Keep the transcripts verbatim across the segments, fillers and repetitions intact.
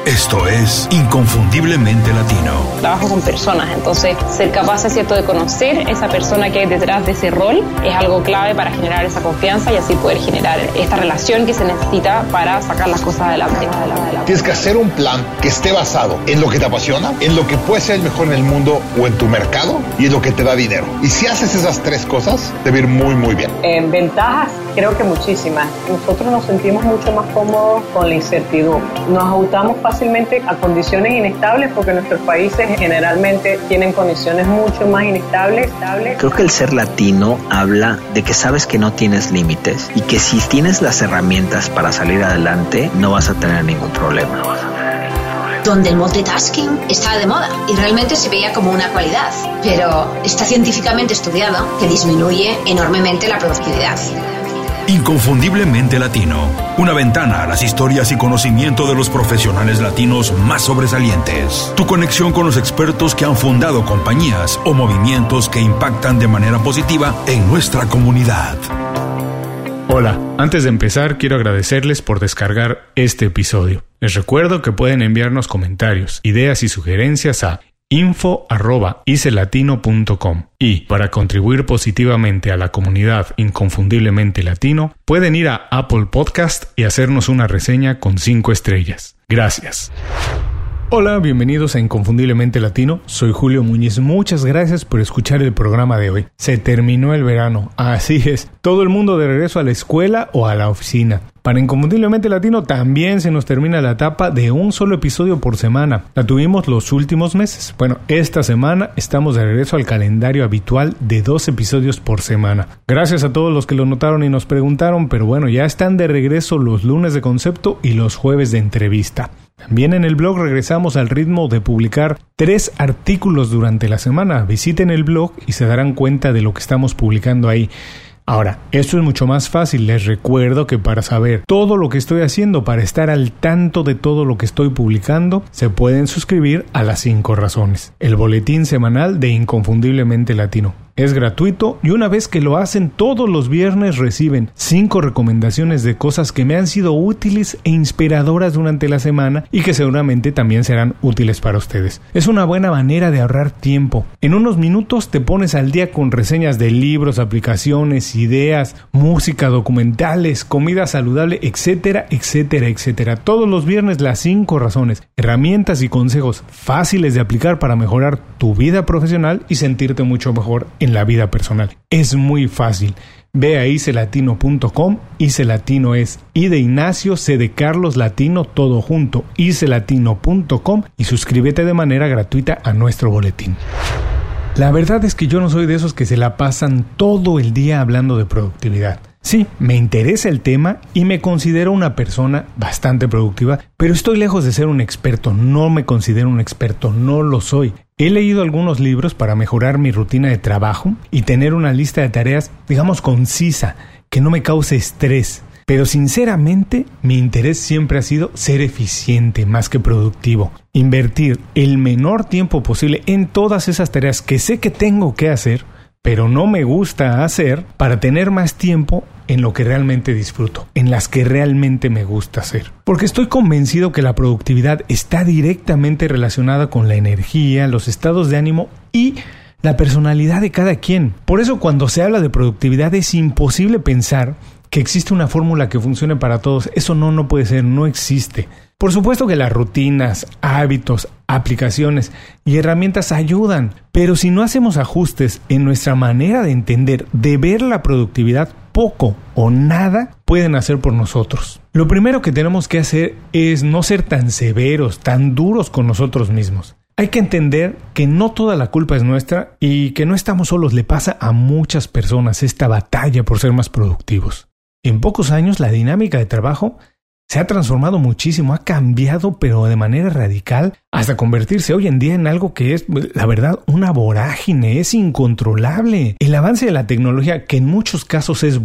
Esto es Inconfundiblemente Latino. Trabajo con personas, entonces ser capaz, es cierto, de conocer esa persona que hay detrás de ese rol es algo clave para generar esa confianza y así poder generar esta relación que se necesita para sacar las cosas adelante. Tienes que hacer un plan que esté basado en lo que te apasiona, en lo que puede ser el mejor en el mundo o en tu mercado y en lo que te da dinero. Y si haces esas tres cosas, te va a ir muy, muy bien. En ventajas, creo que muchísimas. Nosotros nos sentimos mucho más cómodos con la incertidumbre. Nos ajustamos fácilmente a condiciones inestables porque nuestros países generalmente tienen condiciones mucho más inestables. Estables. Creo que el ser latino habla de que sabes que no tienes límites y que si tienes las herramientas para salir adelante, no vas a tener ningún problema. No vas a tener ningún problema. Donde el multitasking estaba de moda y realmente se veía como una cualidad, pero está científicamente estudiado que disminuye enormemente la productividad. Inconfundiblemente Latino, una ventana a las historias y conocimiento de los profesionales latinos más sobresalientes. Tu conexión con los expertos que han fundado compañías o movimientos que impactan de manera positiva en nuestra comunidad. Hola, antes de empezar quiero agradecerles por descargar este episodio. Les recuerdo que pueden enviarnos comentarios, ideas y sugerencias a info arroba icelatino punto com y para contribuir positivamente a la comunidad Inconfundiblemente Latino pueden ir a Apple Podcast y hacernos una reseña con cinco estrellas. Gracias. Hola, bienvenidos a Inconfundiblemente Latino. Soy Julio Muñiz. Muchas gracias por escuchar el programa de hoy. Se terminó el verano. Así es. Todo el mundo de regreso a la escuela o a la oficina. Para Inconfundiblemente Latino también se nos termina la etapa de un solo episodio por semana. La tuvimos los últimos meses. Bueno, esta semana estamos de regreso al calendario habitual de dos episodios por semana. Gracias a todos los que lo notaron y nos preguntaron, pero bueno, ya están de regreso los lunes de concepto y los jueves de entrevista. También en el blog regresamos al ritmo de publicar tres artículos durante la semana. Visiten el blog y se darán cuenta de lo que estamos publicando ahí. Ahora, esto es mucho más fácil. Les recuerdo que para saber todo lo que estoy haciendo, para estar al tanto de todo lo que estoy publicando, se pueden suscribir a Las Cinco Razones, el boletín semanal de Inconfundiblemente Latino. Es gratuito y una vez que lo hacen todos los viernes reciben cinco recomendaciones de cosas que me han sido útiles e inspiradoras durante la semana y que seguramente también serán útiles para ustedes. Es una buena manera de ahorrar tiempo. En unos minutos te pones al día con reseñas de libros, aplicaciones, ideas, música, documentales, comida saludable, etcétera, etcétera, etcétera. Todos los viernes Las Cinco Razones, herramientas y consejos fáciles de aplicar para mejorar tu vida profesional y sentirte mucho mejor en la vida personal. Es muy fácil. Ve a icelatino punto com. Icelatino es I de Ignacio, C de Carlos, Latino, todo junto. icelatino punto com y suscríbete de manera gratuita a nuestro boletín. La verdad es que yo no soy de esos que se la pasan todo el día hablando de productividad. Sí, me interesa el tema y me considero una persona bastante productiva, pero estoy lejos de ser un experto. No me considero un experto, no lo soy. He leído algunos libros para mejorar mi rutina de trabajo y tener una lista de tareas, digamos, concisa, que no me cause estrés. Pero sinceramente, mi interés siempre ha sido ser eficiente más que productivo. Invertir el menor tiempo posible en todas esas tareas que sé que tengo que hacer, pero no me gusta hacer, para tener más tiempo en lo que realmente disfruto, en las que realmente me gusta hacer. Porque estoy convencido que la productividad está directamente relacionada con la energía, los estados de ánimo y la personalidad de cada quien. Por eso cuando se habla de productividad es imposible pensar que existe una fórmula que funcione para todos. Eso no, no puede ser, no existe. Por supuesto que las rutinas, hábitos, aplicaciones y herramientas ayudan, pero si no hacemos ajustes en nuestra manera de entender, de ver la productividad, poco o nada pueden hacer por nosotros. Lo primero que tenemos que hacer es no ser tan severos, tan duros con nosotros mismos. Hay que entender que no toda la culpa es nuestra y que no estamos solos. Le pasa a muchas personas esta batalla por ser más productivos. En pocos años la dinámica de trabajo se ha transformado muchísimo, ha cambiado pero de manera radical hasta convertirse hoy en día en algo que es, la verdad, una vorágine, es incontrolable. El avance de la tecnología, que en muchos casos es bueno,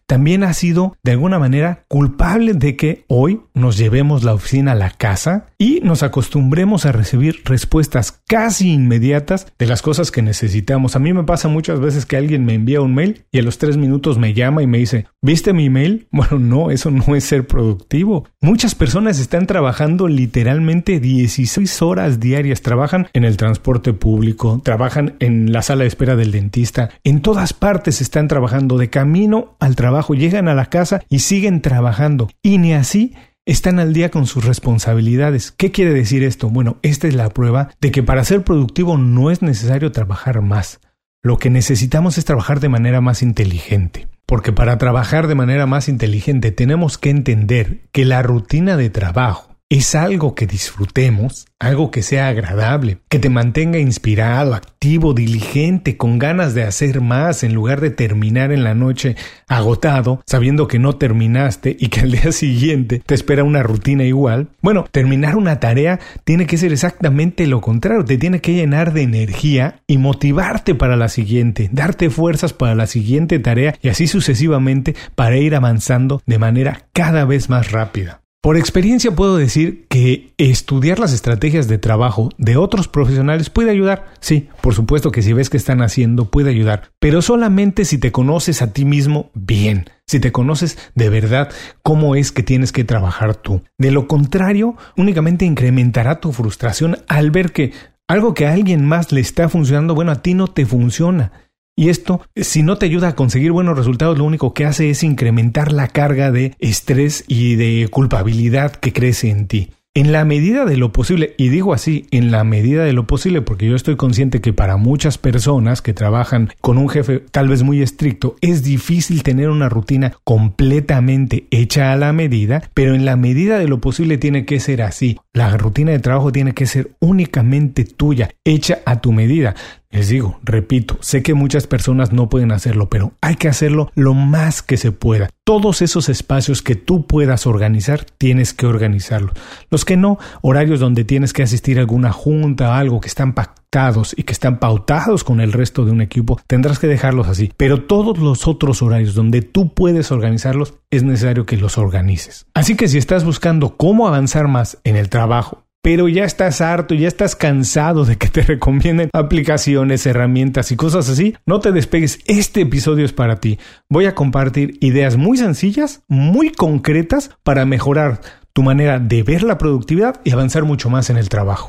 también ha sido de alguna manera culpable de que hoy nos llevemos la oficina a la casa y nos acostumbremos a recibir respuestas casi inmediatas de las cosas que necesitamos. A mí me pasa muchas veces que alguien me envía un mail y a los tres minutos me llama y me dice, ¿viste mi mail? Bueno, no, eso no es ser productivo. Muchas personas están trabajando literalmente dieciséis horas diarias. Trabajan en el transporte público, trabajan en la sala de espera del dentista. En todas partes están trabajando, de camino al trabajo, llegan a la casa y siguen trabajando. Y ni así están al día con sus responsabilidades. ¿Qué quiere decir esto? Bueno, esta es la prueba de que para ser productivo no es necesario trabajar más. Lo que necesitamos es trabajar de manera más inteligente. Porque para trabajar de manera más inteligente tenemos que entender que la rutina de trabajo es algo que disfrutemos, algo que sea agradable, que te mantenga inspirado, activo, diligente, con ganas de hacer más, en lugar de terminar en la noche agotado, sabiendo que no terminaste y que al día siguiente te espera una rutina igual. Bueno, terminar una tarea tiene que ser exactamente lo contrario, te tiene que llenar de energía y motivarte para la siguiente, darte fuerzas para la siguiente tarea y así sucesivamente para ir avanzando de manera cada vez más rápida. Por experiencia puedo decir que estudiar las estrategias de trabajo de otros profesionales puede ayudar. Sí, por supuesto que si ves que están haciendo puede ayudar, pero solamente si te conoces a ti mismo bien, si te conoces de verdad cómo es que tienes que trabajar tú. De lo contrario, únicamente incrementará tu frustración al ver que algo que a alguien más le está funcionando, bueno, a ti no te funciona. Y esto, si no te ayuda a conseguir buenos resultados, lo único que hace es incrementar la carga de estrés y de culpabilidad que crece en ti. En la medida de lo posible, y digo así, en la medida de lo posible, porque yo estoy consciente que para muchas personas que trabajan con un jefe tal vez muy estricto, es difícil tener una rutina completamente hecha a la medida, pero en la medida de lo posible tiene que ser así. La rutina de trabajo tiene que ser únicamente tuya, hecha a tu medida. Les digo, repito, sé que muchas personas no pueden hacerlo, pero hay que hacerlo lo más que se pueda. Todos esos espacios que tú puedas organizar, tienes que organizarlos. Los que no, horarios donde tienes que asistir a alguna junta o algo que están pactados y que están pautados con el resto de un equipo, tendrás que dejarlos así. Pero todos los otros horarios donde tú puedes organizarlos, es necesario que los organices. Así que si estás buscando cómo avanzar más en el trabajo, pero ya estás harto, ya estás cansado de que te recomienden aplicaciones, herramientas y cosas así, no te despegues, este episodio es para ti. Voy a compartir ideas muy sencillas, muy concretas para mejorar tu manera de ver la productividad y avanzar mucho más en el trabajo.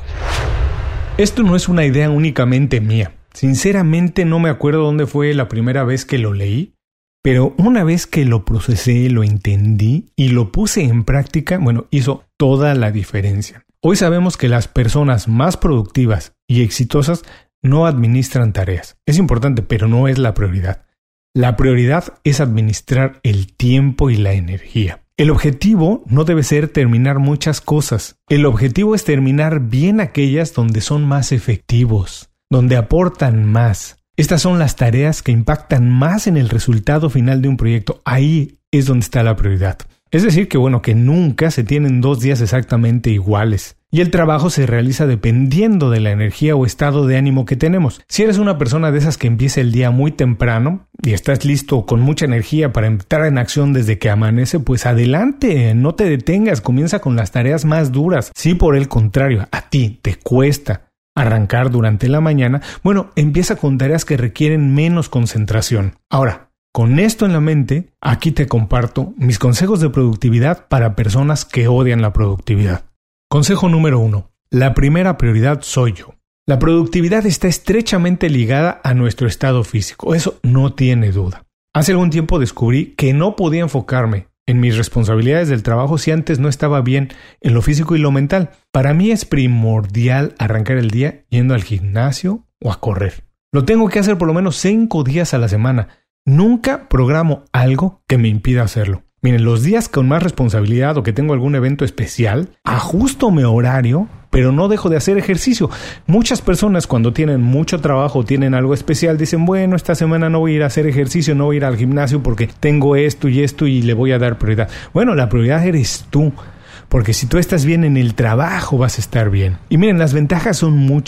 Esto no es una idea únicamente mía. Sinceramente no me acuerdo dónde fue la primera vez que lo leí, pero una vez que lo procesé, lo entendí y lo puse en práctica, bueno, hizo toda la diferencia. Hoy sabemos que las personas más productivas y exitosas no administran tareas. Es importante, pero no es la prioridad. La prioridad es administrar el tiempo y la energía. El objetivo no debe ser terminar muchas cosas. El objetivo es terminar bien aquellas donde son más efectivos, donde aportan más. Estas son las tareas que impactan más en el resultado final de un proyecto. Ahí es donde está la prioridad. Es decir, que bueno, que nunca se tienen dos días exactamente iguales. Y el trabajo se realiza dependiendo de la energía o estado de ánimo que tenemos. Si eres una persona de esas que empieza el día muy temprano y estás listo con mucha energía para entrar en acción desde que amanece, pues adelante, no te detengas, comienza con las tareas más duras. Si por el contrario a ti te cuesta arrancar durante la mañana, bueno, empieza con tareas que requieren menos concentración. Ahora, con esto en la mente, aquí te comparto mis consejos de productividad para personas que odian la productividad. Consejo número uno. La primera prioridad soy yo. La productividad está estrechamente ligada a nuestro estado físico. Eso no tiene duda. Hace algún tiempo descubrí que no podía enfocarme en mis responsabilidades del trabajo si antes no estaba bien en lo físico y lo mental. Para mí es primordial arrancar el día yendo al gimnasio o a correr. Lo tengo que hacer por lo menos cinco días a la semana. Nunca programo algo que me impida hacerlo. Miren, los días con más responsabilidad o que tengo algún evento especial, ajusto mi horario, pero no dejo de hacer ejercicio. Muchas personas cuando tienen mucho trabajo o tienen algo especial dicen, bueno, esta semana no voy a ir a hacer ejercicio, no voy a ir al gimnasio porque tengo esto y esto y le voy a dar prioridad. Bueno, la prioridad eres tú. Porque si tú estás bien en el trabajo vas a estar bien. Y miren, las ventajas son muchas.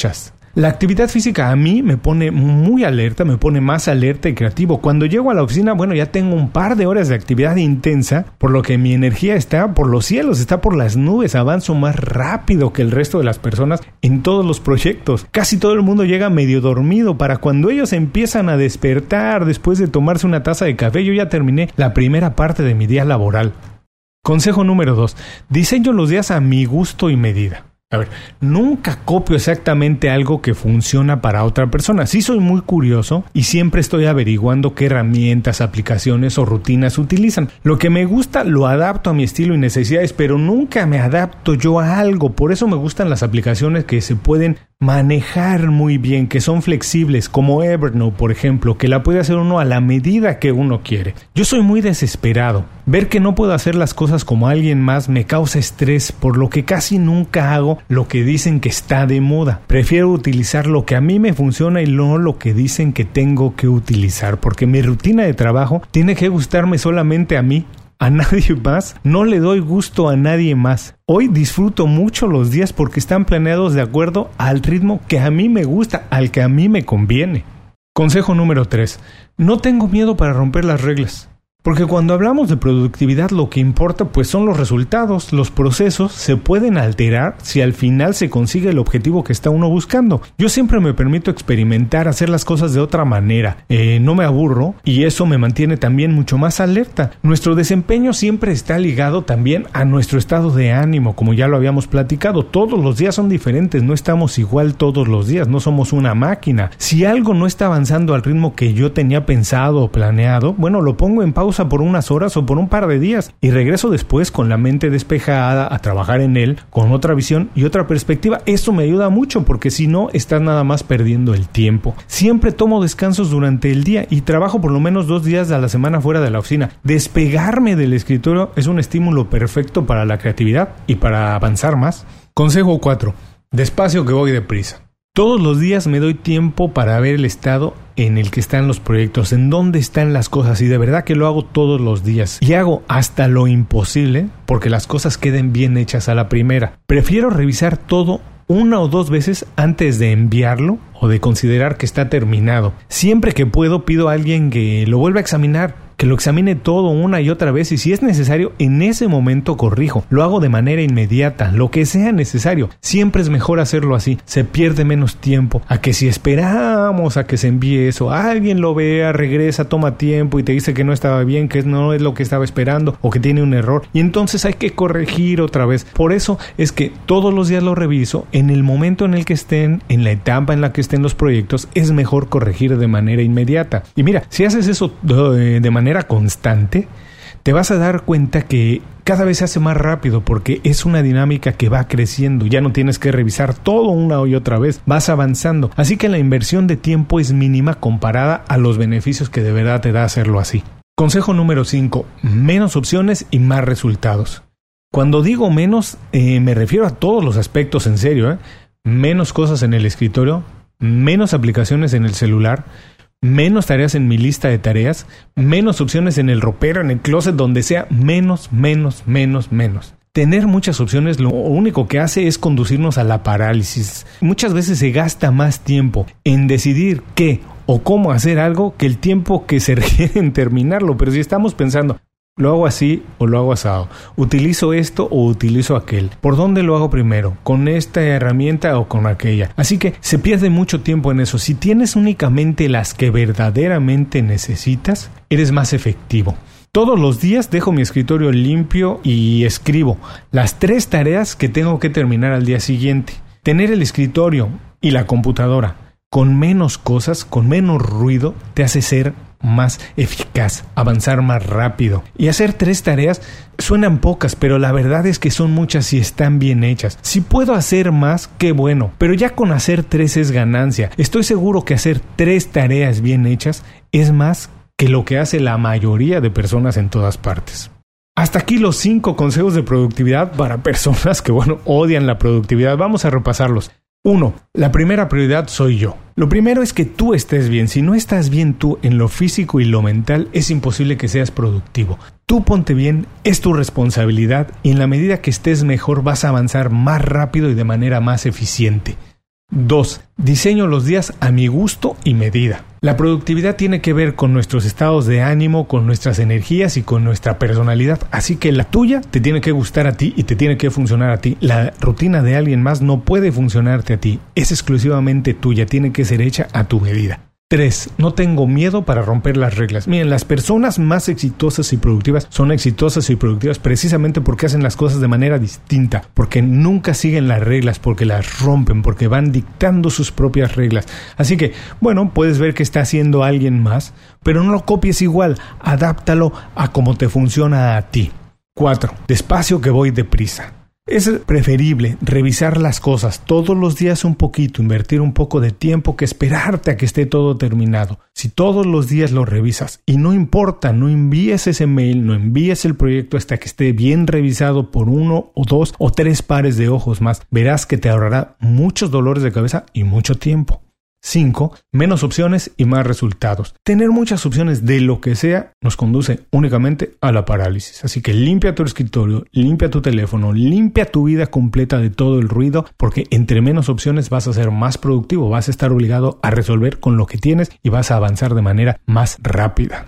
La actividad física a mí me pone muy alerta, me pone más alerta y creativo. Cuando llego a la oficina, bueno, ya tengo un par de horas de actividad intensa, por lo que mi energía está por los cielos, está por las nubes, avanzo más rápido que el resto de las personas en todos los proyectos. Casi todo el mundo llega medio dormido. Para cuando ellos empiezan a despertar después de tomarse una taza de café, yo ya terminé la primera parte de mi día laboral. Consejo número dos. Diseño los días a mi gusto y medida. A ver, nunca copio exactamente algo que funciona para otra persona. Sí soy muy curioso y siempre estoy averiguando qué herramientas, aplicaciones o rutinas utilizan. Lo que me gusta lo adapto a mi estilo y necesidades, pero nunca me adapto yo a algo. Por eso me gustan las aplicaciones que se pueden manejar muy bien, que son flexibles, como Evernote, por ejemplo, que la puede hacer uno a la medida que uno quiere. Yo soy muy desesperado. Ver que no puedo hacer las cosas como alguien más me causa estrés, por lo que casi nunca hago lo que dicen que está de moda. Prefiero utilizar lo que a mí me funciona y no lo que dicen que tengo que utilizar, porque mi rutina de trabajo tiene que gustarme solamente a mí. A nadie más, no le doy gusto a nadie más. Hoy disfruto mucho los días porque están planeados de acuerdo al ritmo que a mí me gusta, al que a mí me conviene. Consejo número tres. No tengo miedo para romper las reglas. Porque cuando hablamos de productividad lo que importa pues son los resultados. Los procesos se pueden alterar si al final se consigue el objetivo que está uno buscando. Yo siempre me permito experimentar, hacer las cosas de otra manera. Eh, no me aburro y eso me mantiene también mucho más alerta. Nuestro desempeño siempre está ligado también a nuestro estado de ánimo, como ya lo habíamos platicado. Todos los días son diferentes, no estamos igual todos los días, no somos una máquina. Si algo no está avanzando al ritmo que yo tenía pensado o planeado, bueno, lo pongo en pausa por unas horas o por un par de días y regreso después con la mente despejada a trabajar en él con otra visión y otra perspectiva. Eso me ayuda mucho porque si no estás nada más perdiendo el tiempo. Siempre tomo descansos durante el día y trabajo por lo menos dos días a la semana fuera de la oficina. Despegarme del escritorio es un estímulo perfecto para la creatividad y para avanzar más. Consejo cuatro. Despacio que voy deprisa. Todos los días me doy tiempo para ver el estado en el que están los proyectos, en dónde están las cosas, y de verdad que lo hago todos los días. Y hago hasta lo imposible porque las cosas queden bien hechas a la primera. Prefiero revisar todo una o dos veces antes de enviarlo o de considerar que está terminado. Siempre que puedo pido a alguien que lo vuelva a examinar, que lo examine todo una y otra vez y si es necesario, en ese momento corrijo. Lo hago de manera inmediata, lo que sea necesario. Siempre es mejor hacerlo así, se pierde menos tiempo a que si esperamos a que se envíe eso, alguien lo vea, regresa, toma tiempo y te dice que no estaba bien, que no es lo que estaba esperando o que tiene un error y entonces hay que corregir otra vez. Por eso es que todos los días lo reviso. En el momento en el que estén, en la etapa en la que estén los proyectos, es mejor corregir de manera inmediata. Y mira, si haces eso de, de manera constante, te vas a dar cuenta que cada vez se hace más rápido porque es una dinámica que va creciendo. Ya no tienes que revisar todo una y otra vez, vas avanzando. Así que la inversión de tiempo es mínima comparada a los beneficios que de verdad te da hacerlo así. Consejo número cinco. Menos opciones y más resultados. Cuando digo menos, eh, me refiero a todos los aspectos en serio, ¿eh? Menos cosas en el escritorio, menos aplicaciones en el celular, menos tareas en mi lista de tareas, menos opciones en el ropero, en el closet, donde sea, menos, menos, menos, menos. Tener muchas opciones lo único que hace es conducirnos a la parálisis. Muchas veces se gasta más tiempo en decidir qué o cómo hacer algo que el tiempo que se requiere en terminarlo. Pero si estamos pensando, ¿lo hago así o lo hago asado? ¿Utilizo esto o utilizo aquel? ¿Por dónde lo hago primero? ¿Con esta herramienta o con aquella? Así que se pierde mucho tiempo en eso. Si tienes únicamente las que verdaderamente necesitas, eres más efectivo. Todos los días dejo mi escritorio limpio y escribo las tres tareas que tengo que terminar al día siguiente. Tener el escritorio y la computadora con menos cosas, con menos ruido, te hace ser más eficaz, avanzar más rápido. Y hacer tres tareas suenan pocas, pero la verdad es que son muchas y están bien hechas. Si puedo hacer más, qué bueno, pero ya con hacer tres es ganancia. Estoy seguro que hacer tres tareas bien hechas es más que lo que hace la mayoría de personas en todas partes. Hasta aquí los cinco consejos de productividad para personas que, bueno, odian la productividad. Vamos a repasarlos. Uno, la primera prioridad soy yo. Lo primero es que tú estés bien. Si no estás bien tú en lo físico y lo mental, es imposible que seas productivo. Tú ponte bien, es tu responsabilidad y en la medida que estés mejor vas a avanzar más rápido y de manera más eficiente. dos. Diseño los días a mi gusto y medida. La productividad tiene que ver con nuestros estados de ánimo, con nuestras energías y con nuestra personalidad. Así que la tuya te tiene que gustar a ti y te tiene que funcionar a ti. La rutina de alguien más no puede funcionarte a ti. Es exclusivamente tuya, tiene que ser hecha a tu medida. tres. No tengo miedo para romper las reglas. Miren, las personas más exitosas y productivas son exitosas y productivas precisamente porque hacen las cosas de manera distinta, porque nunca siguen las reglas, porque las rompen, porque van dictando sus propias reglas. Así que, bueno, puedes ver que está haciendo alguien más, pero no lo copies igual, adáptalo a cómo te funciona a ti. cuatro. Despacio que voy deprisa. Es preferible revisar las cosas todos los días un poquito, invertir un poco de tiempo que esperarte a que esté todo terminado. Si todos los días lo revisas y no importa, no envíes ese mail, no envíes el proyecto hasta que esté bien revisado por uno o dos o tres pares de ojos más, verás que te ahorrará muchos dolores de cabeza y mucho tiempo. cinco. Menos opciones y más resultados. Tener muchas opciones de lo que sea nos conduce únicamente a la parálisis. Así que limpia tu escritorio, limpia tu teléfono, limpia tu vida completa de todo el ruido, porque entre menos opciones vas a ser más productivo, vas a estar obligado a resolver con lo que tienes y vas a avanzar de manera más rápida.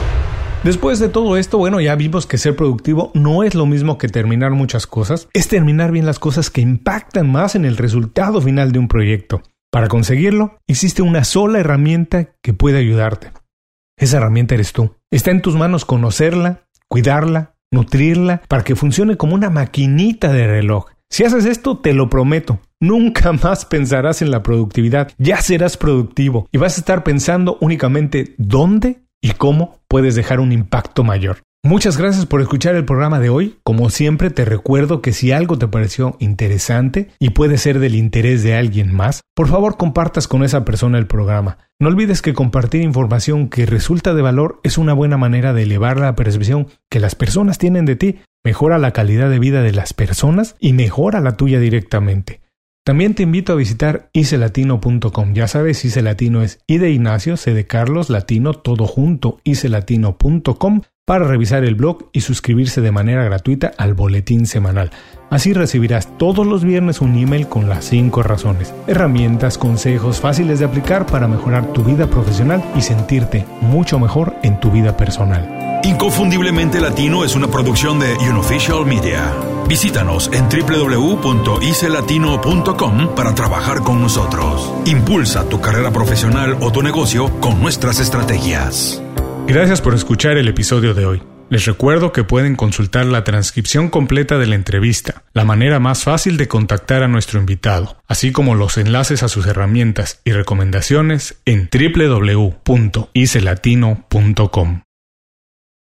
Después de todo esto, bueno, ya vimos que ser productivo no es lo mismo que terminar muchas cosas, es terminar bien las cosas que impactan más en el resultado final de un proyecto. Para conseguirlo, existe una sola herramienta que puede ayudarte. Esa herramienta eres tú. Está en tus manos conocerla, cuidarla, nutrirla, para que funcione como una maquinita de reloj. Si haces esto, te lo prometo, nunca más pensarás en la productividad. Ya serás productivo y vas a estar pensando únicamente dónde y cómo puedes dejar un impacto mayor. Muchas gracias por escuchar el programa de hoy. Como siempre, te recuerdo que si algo te pareció interesante y puede ser del interés de alguien más, por favor compartas con esa persona el programa. No olvides que compartir información que resulta de valor es una buena manera de elevar la percepción que las personas tienen de ti, mejora la calidad de vida de las personas y mejora la tuya directamente. También te invito a visitar ice latino punto com. Ya sabes, Ice Latino es I de Ignacio, C de Carlos, Latino, todo junto, ice latino punto com, para revisar el blog y suscribirse de manera gratuita al boletín semanal. Así recibirás todos los viernes un email con las cinco razones, herramientas, consejos fáciles de aplicar para mejorar tu vida profesional y sentirte mucho mejor en tu vida personal. Inconfundiblemente Latino es una producción de Unofficial Media. Visítanos en doble u doble u doble u punto ice latino punto com para trabajar con nosotros. Impulsa tu carrera profesional o tu negocio con nuestras estrategias. Gracias por escuchar el episodio de hoy. Les recuerdo que pueden consultar la transcripción completa de la entrevista, la manera más fácil de contactar a nuestro invitado, así como los enlaces a sus herramientas y recomendaciones en doble u doble u doble u punto ice latino punto com.